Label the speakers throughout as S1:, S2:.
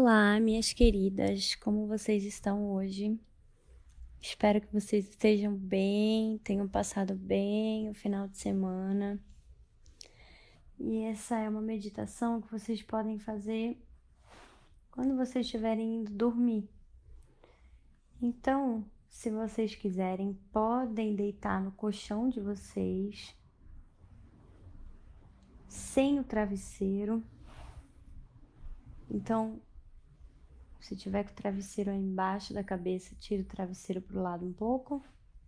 S1: Olá, minhas queridas, como vocês estão hoje? Espero que vocês estejam bem, tenham passado bem o final de semana. E essa é uma meditação que vocês podem fazer quando vocês estiverem indo dormir. Então, se vocês quiserem, podem deitar no colchão de vocês, sem o travesseiro. Então, se tiver com o travesseiro aí embaixo da cabeça, tira o travesseiro para o lado um pouco.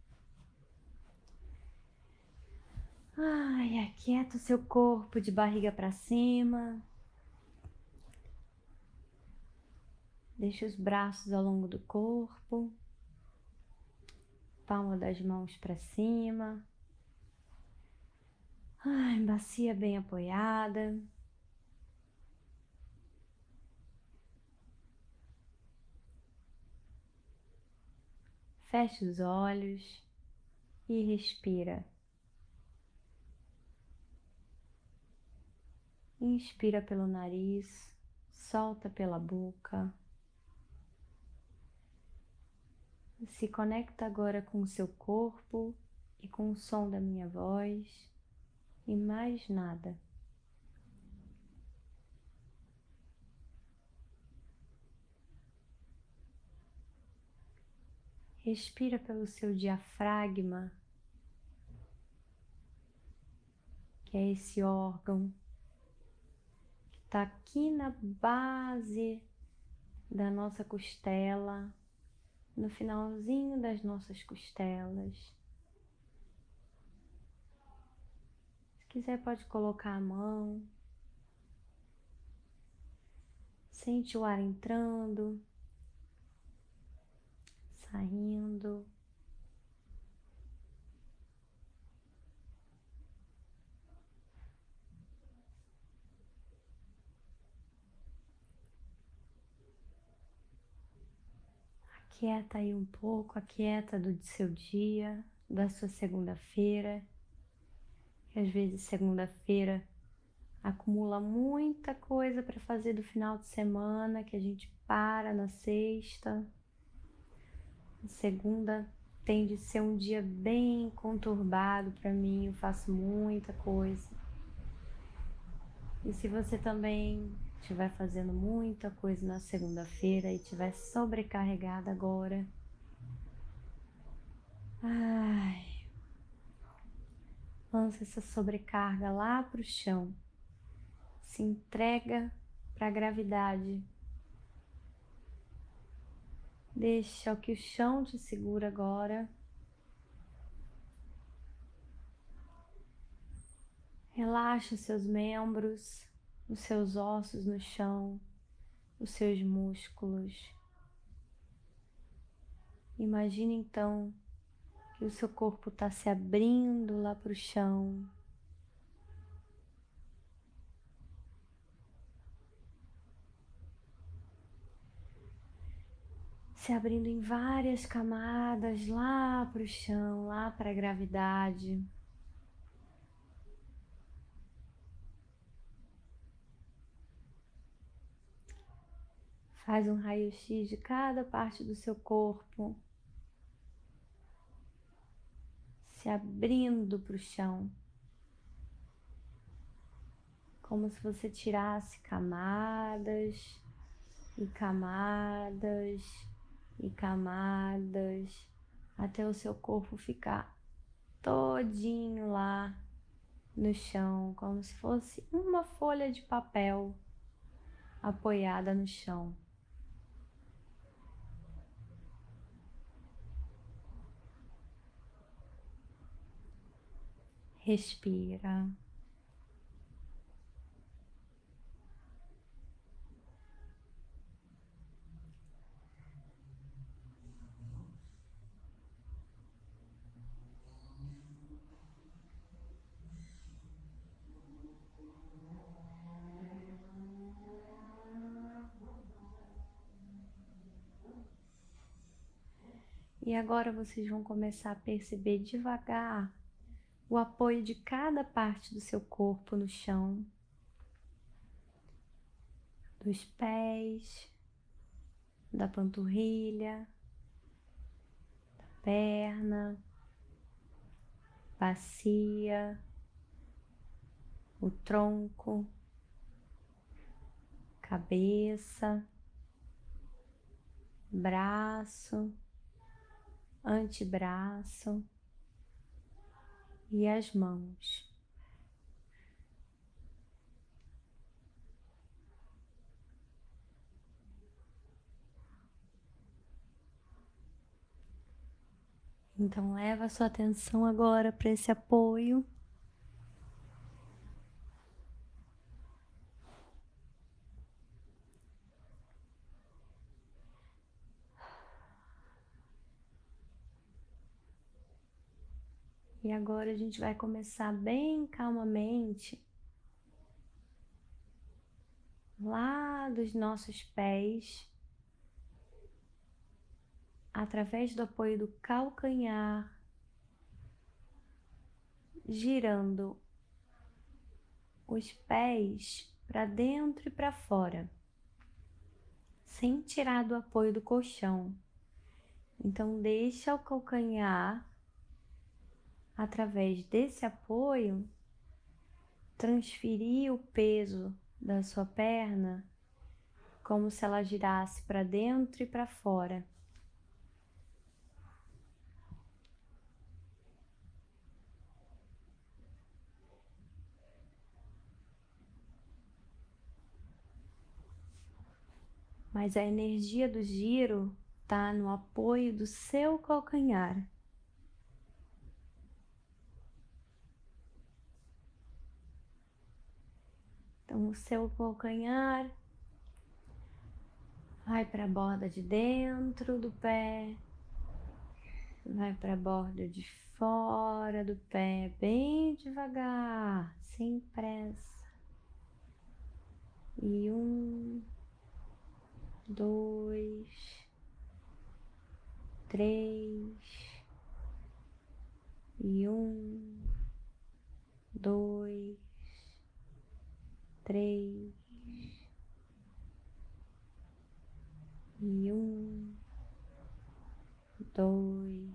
S1: Ai, aquieta o seu corpo de barriga para cima. Deixa os braços ao longo do corpo. Palma das mãos para cima. Ai, bacia bem apoiada. Feche os olhos e respira. Inspira pelo nariz, solta pela boca. Se conecta agora com o seu corpo e com o som da minha voz e mais nada. Respira pelo seu diafragma, que é esse órgão que está aqui na base da nossa costela, no finalzinho das nossas costelas. Se quiser, pode colocar a mão. Sente o ar entrando, saindo. Aquieta aí um pouco, aquieta do seu dia, da sua segunda-feira. Que às vezes segunda-feira acumula muita coisa para fazer do final de semana, que a gente para na sexta. A segunda tende a ser um dia bem conturbado para mim, eu faço muita coisa. E se você também estiver fazendo muita coisa na segunda-feira e estiver sobrecarregada agora, lança essa sobrecarga lá para o chão. Se entrega para a gravidade. Deixa que o chão te segura agora. Relaxa os seus membros, os seus ossos no chão, os seus músculos. Imagine então que o seu corpo está se abrindo lá para o chão. Se abrindo em várias camadas lá para o chão, lá para a gravidade. Faz um raio-x de cada parte do seu corpo, se abrindo para o chão, como se você tirasse camadas e camadas e camadas, até o seu corpo ficar todinho lá no chão, como se fosse uma folha de papel apoiada no chão. Respira. E agora vocês vão começar a perceber devagar o apoio de cada parte do seu corpo no chão, dos pés, da panturrilha, da perna, bacia, o tronco, cabeça, braço, antebraço e as mãos. Então leva a sua atenção agora para esse apoio. E agora a gente vai começar bem calmamente lá dos nossos pés, através do apoio do calcanhar, girando os pés para dentro e para fora, sem tirar do apoio do colchão. Então deixa o calcanhar, através desse apoio, transferir o peso da sua perna como se ela girasse para dentro e para fora. Mas a energia do giro está no apoio do seu calcanhar. Então o seu calcanhar vai para a borda de dentro do pé, vai para a borda de fora do pé, bem devagar, sem pressa. E 1, 2, 3, e 1, 2, 3, e 1, 2,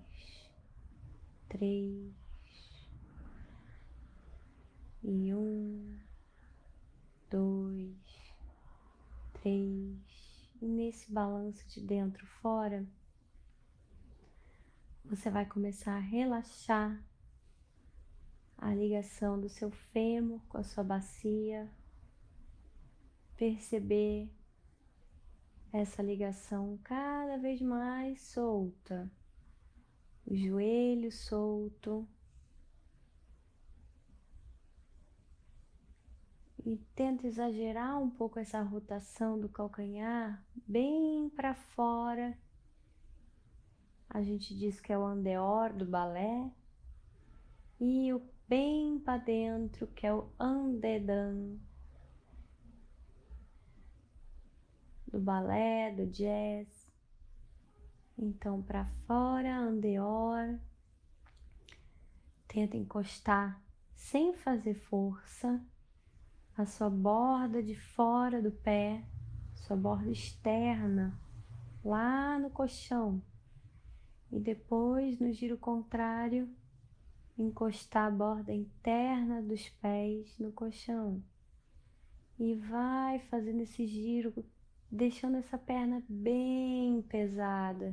S1: 3, e 1, 2, 3. E nesse balanço de dentro fora, você vai começar a relaxar a ligação do seu fêmur com a sua bacia, perceber essa ligação cada vez mais solta, o joelho solto, e tenta exagerar um pouco essa rotação do calcanhar bem para fora. A gente diz que é o andeor do balé, e o bem para dentro, que é o andedan do balé, do jazz. Então para fora, andeor. Tenta encostar sem fazer força a sua borda de fora do pé, sua borda externa, lá no colchão. E depois, no giro contrário, encostar a borda interna dos pés no colchão. E vai fazendo esse giro, deixando essa perna bem pesada,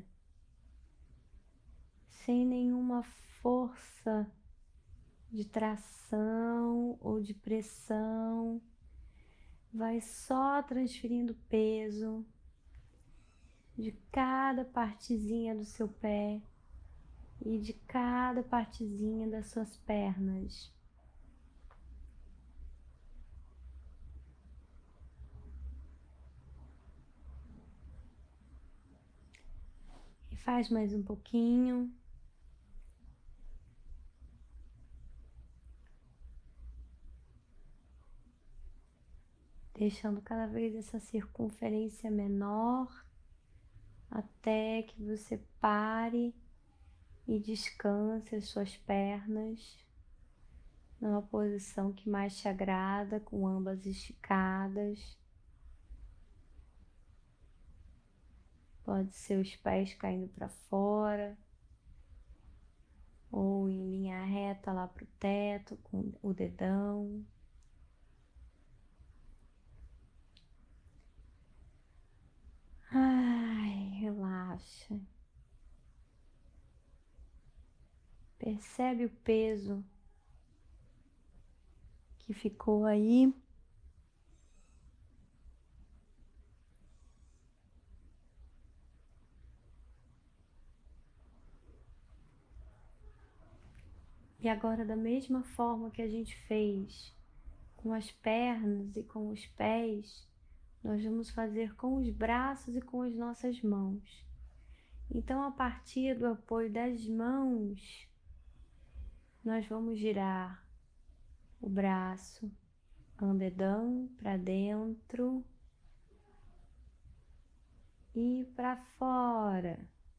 S1: sem nenhuma força de tração ou de pressão. Vai só transferindo peso de cada partezinha do seu pé e de cada partezinha das suas pernas. E faz mais um pouquinho. Deixando cada vez essa circunferência menor, até que você pare e descanse as suas pernas numa posição que mais te agrada, com ambas esticadas. Pode ser os pés caindo para fora, ou em linha reta lá para o teto com o dedão. Ai, relaxa. Percebe o peso que ficou aí. E agora, da mesma forma que a gente fez com as pernas e com os pés, nós vamos fazer com os braços e com as nossas mãos. Então, a partir do apoio das mãos, nós vamos girar o braço, andedão para dentro e para fora,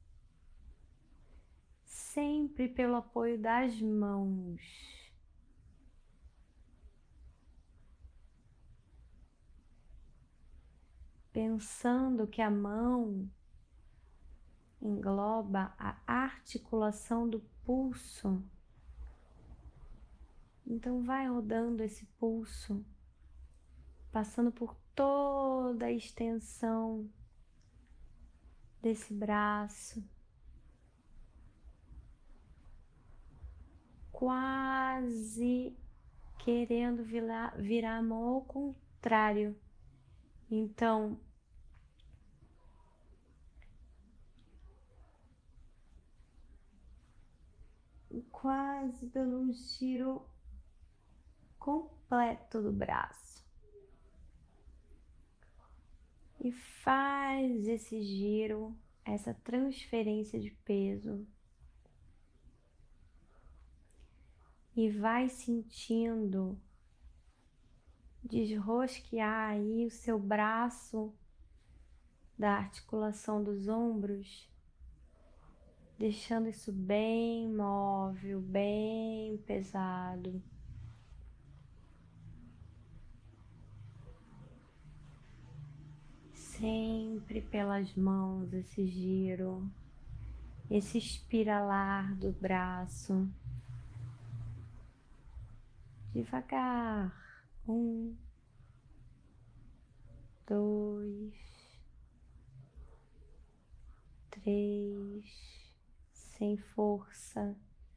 S1: sempre pelo apoio das mãos. Pensando que a mão engloba a articulação do pulso. Então vai rodando esse pulso, passando por toda a extensão desse braço, quase querendo virar a mão ao contrário. Então, quase dando um giro completo do braço. E faz esse giro, essa transferência de peso. E vai sentindo desrosquear aí o seu braço da articulação dos ombros, deixando isso bem móvel, bem pesado. Sempre pelas mãos esse giro, esse espiralar do braço. Devagar. 1, 2, 3, sem força.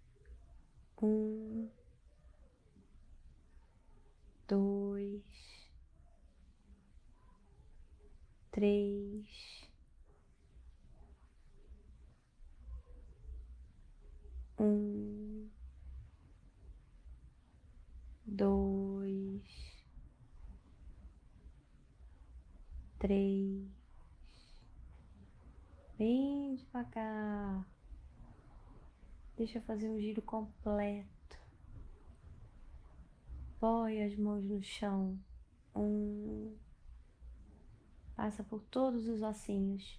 S1: 1, 2, 3, 1, 2, 3, bem devagar. Deixa eu fazer um giro completo. Põe as mãos no chão. 1, passa por todos os ossinhos.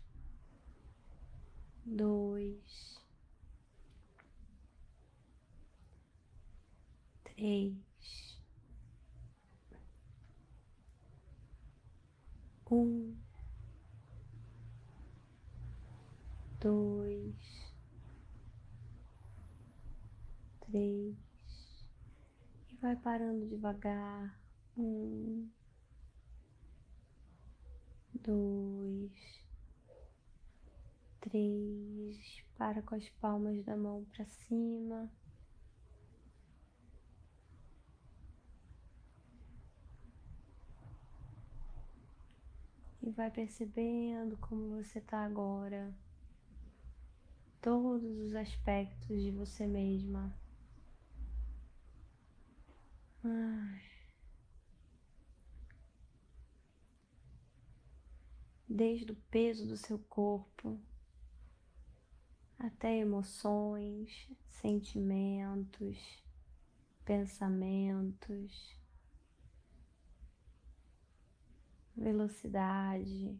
S1: 2, 3, 1, 2, 3, e vai parando devagar. 1, 2, 3, para com as palmas da mão para cima. E vai percebendo como você está agora. Todos os aspectos de você mesma. Desde o peso do seu corpo até emoções, sentimentos, pensamentos, velocidade.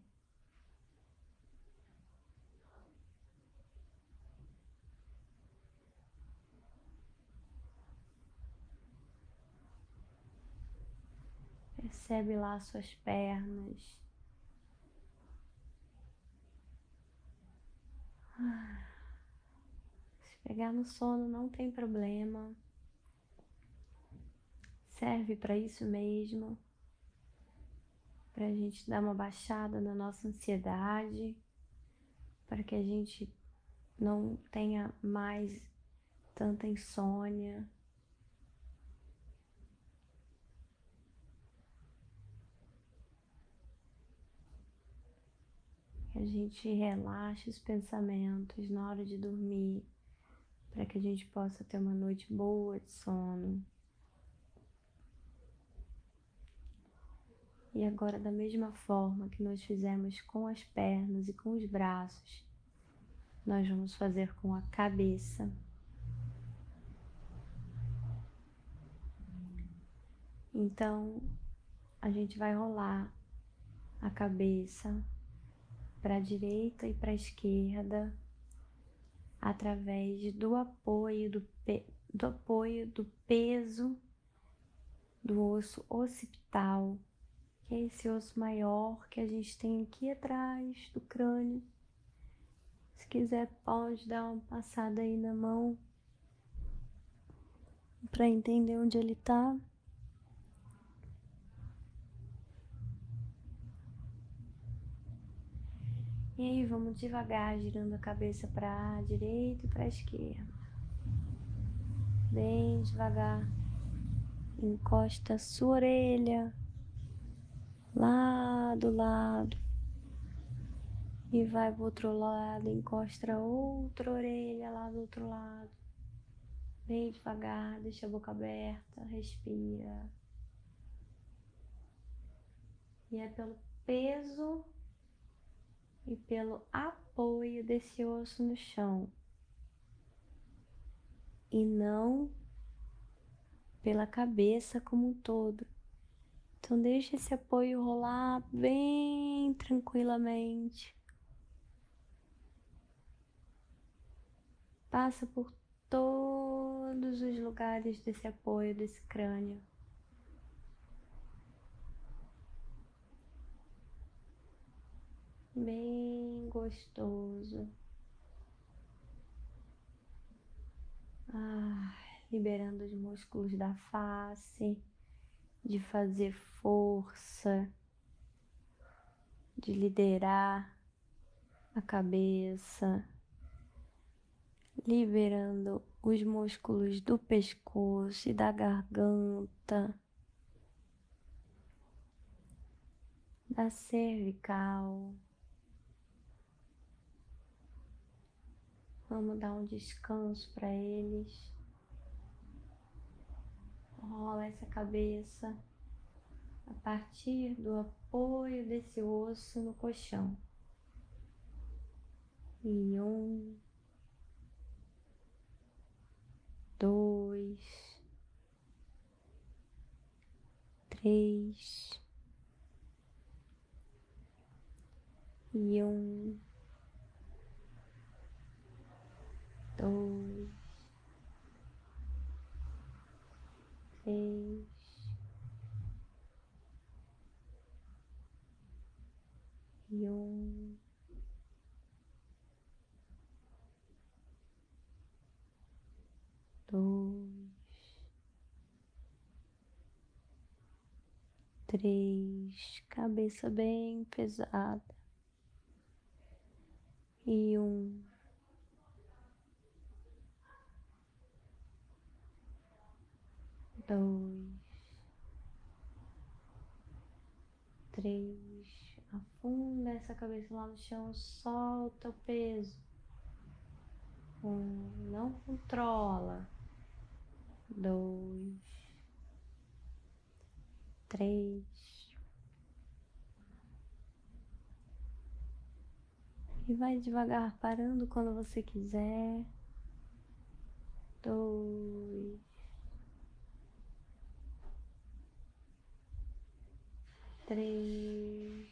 S1: Percebe lá suas pernas. Se pegar no sono não tem problema. Serve para isso mesmo. Para a gente dar uma baixada na nossa ansiedade. Para que a gente não tenha mais tanta insônia. Que a gente relaxe os pensamentos na hora de dormir, para que a gente possa ter uma noite boa de sono. E agora, da mesma forma que nós fizemos com as pernas e com os braços, nós vamos fazer com a cabeça. Então, a gente vai rolar a cabeça para a direita e para a esquerda, através do apoio do peso do osso occipital, que é esse osso maior que a gente tem aqui atrás do crânio. Se quiser, pode dar uma passada aí na mão para entender onde ele tá. E aí, vamos devagar, girando a cabeça para a direita e para a esquerda. Bem devagar. Encosta a sua orelha lá do lado. E vai pro outro lado, encosta a outra orelha lá do outro lado. Bem devagar, deixa a boca aberta, respira. E é pelo peso e pelo apoio desse osso no chão. E não pela cabeça como um todo. Então deixa esse apoio rolar bem tranquilamente. Passa por todos os lugares desse apoio, desse crânio. Bem gostoso. Liberando os músculos da face, de fazer força, de liderar a cabeça, liberando os músculos do pescoço e da garganta, da cervical. Vamos dar um descanso para eles. Rola essa cabeça a partir do apoio desse osso no colchão. E 2, 3, e 2, 3, e 2, 3, cabeça bem pesada. E 2, 3, afunda essa cabeça lá no chão, solta o peso. 1, não controla. 2, 3, e vai devagar, parando quando você quiser. 2, 3,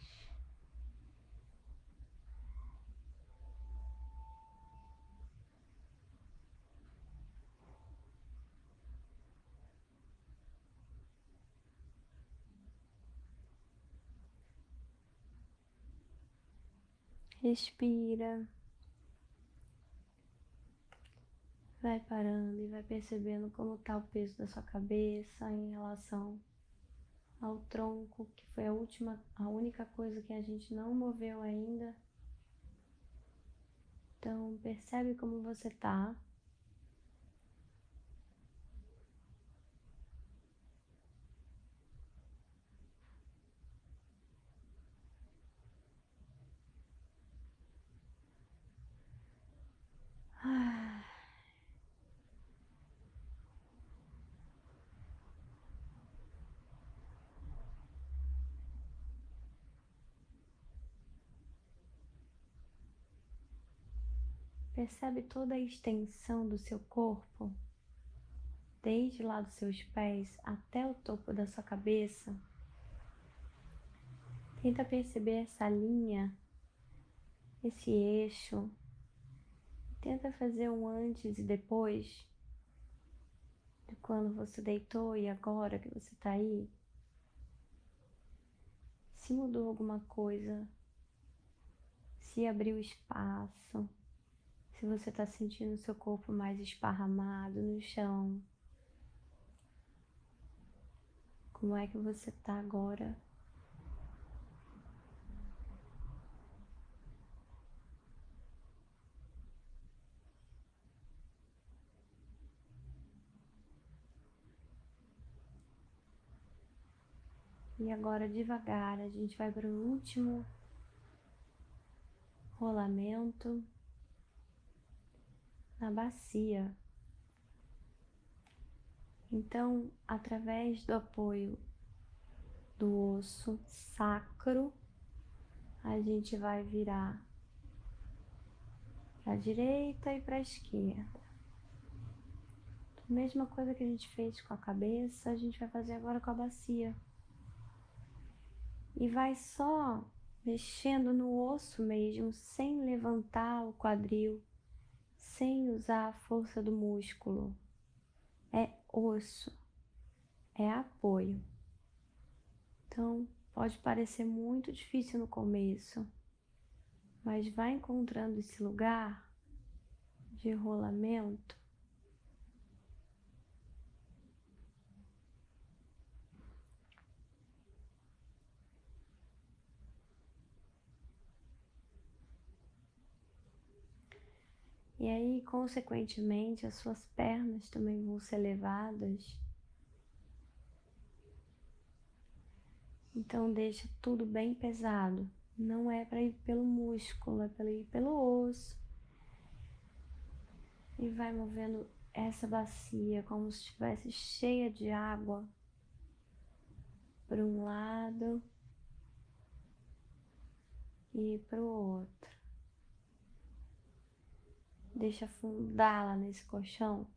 S1: respira. Vai parando e vai percebendo como está o peso da sua cabeça em relação ao tronco, que foi a única coisa que a gente não moveu ainda. Então, percebe como você tá. Percebe toda a extensão do seu corpo, desde lá dos seus pés até o topo da sua cabeça. Tenta perceber essa linha, esse eixo. Tenta fazer um antes e depois de quando você deitou e agora que você está aí. Se mudou alguma coisa, se abriu espaço, se você está sentindo o seu corpo mais esparramado no chão. Como é que você está agora? E agora, devagar, a gente vai para o último rolamento na bacia. Então, através do apoio do osso sacro, a gente vai virar para a direita e para a esquerda. A mesma coisa que a gente fez com a cabeça, a gente vai fazer agora com a bacia. E vai só mexendo no osso mesmo, sem levantar o quadril, sem usar a força do músculo. É osso, é apoio. Então, pode parecer muito difícil no começo, mas vai encontrando esse lugar de rolamento. E aí, consequentemente, as suas pernas também vão ser levadas. Então, deixa tudo bem pesado. Não é para ir pelo músculo, é para ir pelo osso. E vai movendo essa bacia como se estivesse cheia de água para um lado e para o outro. Deixa afundar lá nesse colchão.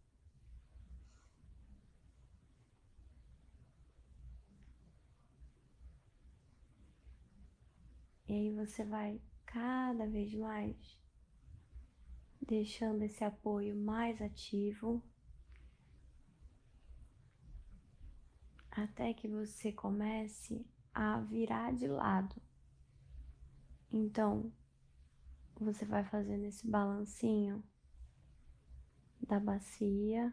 S1: E aí você vai cada vez mais deixando esse apoio mais ativo, até que você comece a virar de lado. Então, você vai fazendo esse balancinho da bacia.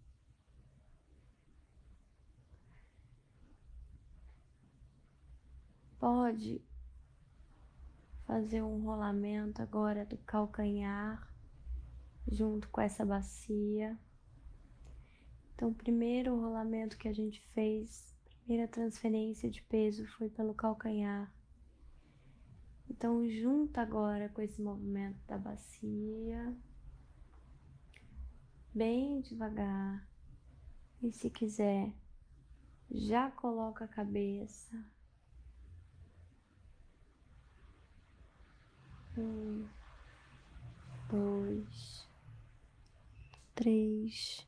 S1: Pode fazer um rolamento agora do calcanhar junto com essa bacia. Então, o primeiro rolamento que a gente fez, a primeira transferência de peso foi pelo calcanhar. Então, junta agora com esse movimento da bacia, bem devagar. E se quiser, já coloca a cabeça. 1, 2, 3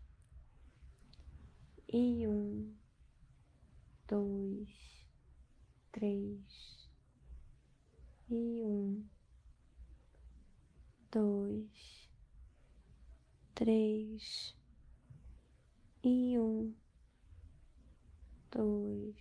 S1: e 1, 2, 3 e 1, 2, 3 e 1, 2,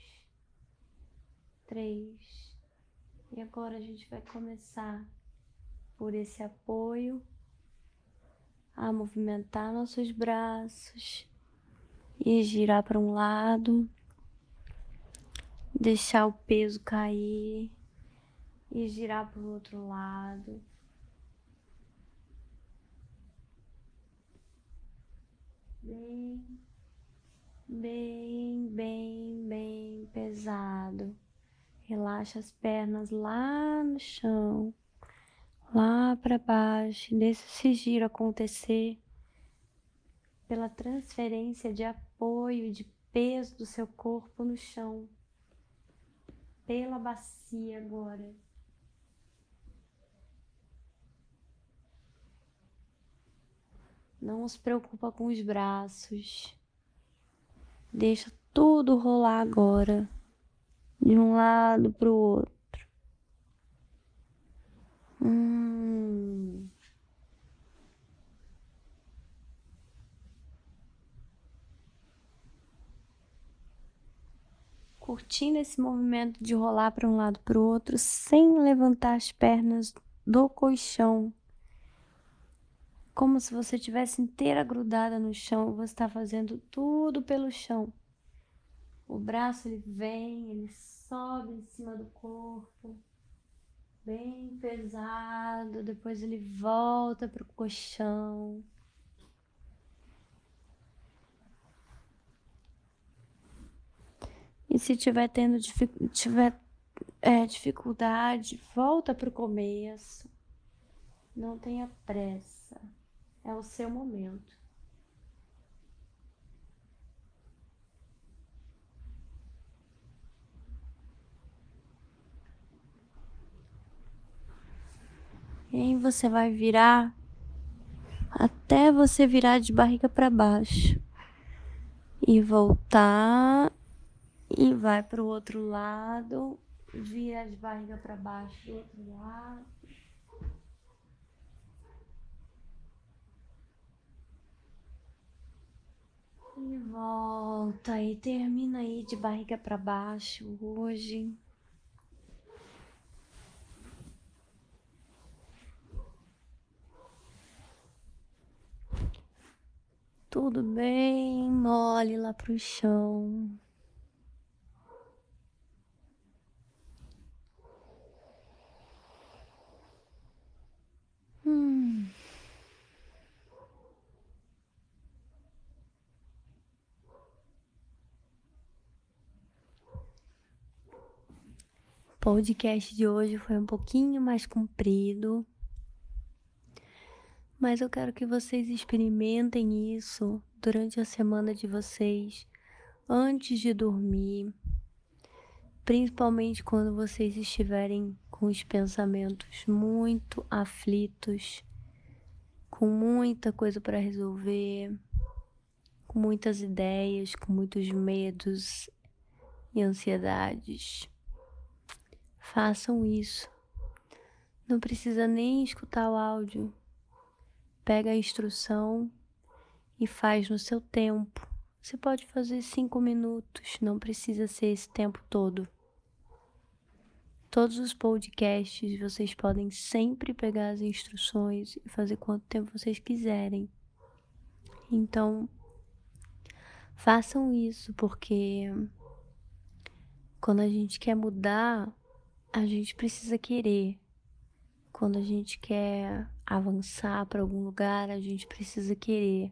S1: 3. E agora a gente vai começar por esse apoio a movimentar nossos braços e girar para um lado, deixar o peso cair e girar para o outro lado. Bem pesado. Relaxa as pernas lá no chão, lá para baixo. Deixa esse giro acontecer pela transferência de apoio, de peso do seu corpo no chão, pela bacia agora. Não se preocupa com os braços. Deixa tudo rolar agora, de um lado pro outro. Curtindo esse movimento de rolar para um lado para o outro, sem levantar as pernas do colchão. Como se você estivesse inteira grudada no chão, você está fazendo tudo pelo chão. O braço ele vem, ele sobe em cima do corpo, bem pesado, depois ele volta para o colchão. E se tiver tendo dificuldade, volta para o começo. Não tenha pressa, é o seu momento. E aí você vai virar até você virar de barriga para baixo e voltar e vai para o outro lado, vira de barriga para baixo do outro lado. E volta e termina aí de barriga para baixo hoje. Tudo bem mole lá pro chão. O podcast de hoje foi um pouquinho mais comprido, mas eu quero que vocês experimentem isso durante a semana de vocês, antes de dormir, principalmente quando vocês estiverem com os pensamentos muito aflitos, com muita coisa para resolver, com muitas ideias, com muitos medos e ansiedades. Façam isso. Não precisa nem escutar o áudio. Pega a instrução e faz no seu tempo. Você pode fazer 5 minutos, não precisa ser esse tempo todo. Todos os podcasts vocês podem sempre pegar as instruções e fazer quanto tempo vocês quiserem. Então, façam isso, porque quando a gente quer mudar, a gente precisa querer. Quando a gente quer avançar para algum lugar, a gente precisa querer.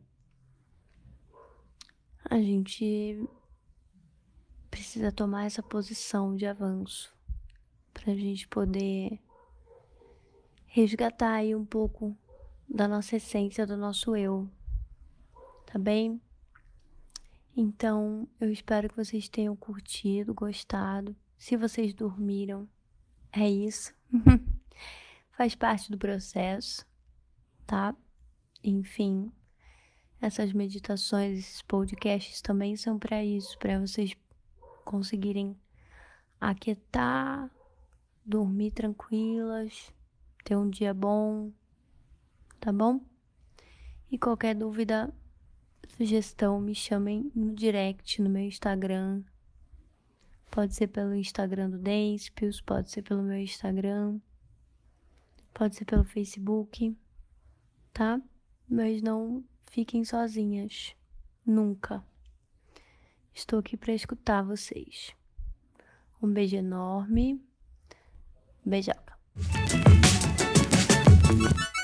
S1: A gente precisa tomar essa posição de avanço para a gente poder resgatar aí um pouco da nossa essência, do nosso eu, tá bem? Então, eu espero que vocês tenham curtido, gostado. Se vocês dormiram, é isso. Faz parte do processo, tá? Enfim, essas meditações, esses podcasts também são para isso, para vocês conseguirem aquietar, dormir tranquilas, ter um dia bom, tá bom? E qualquer dúvida, sugestão, me chamem no direct no meu Instagram. Pode ser pelo Instagram do Denspios, pode ser pelo meu Instagram, pode ser pelo Facebook, tá? mas não fiquem sozinhas. Nunca. Estou aqui para escutar vocês. Um beijo enorme. Beijoca.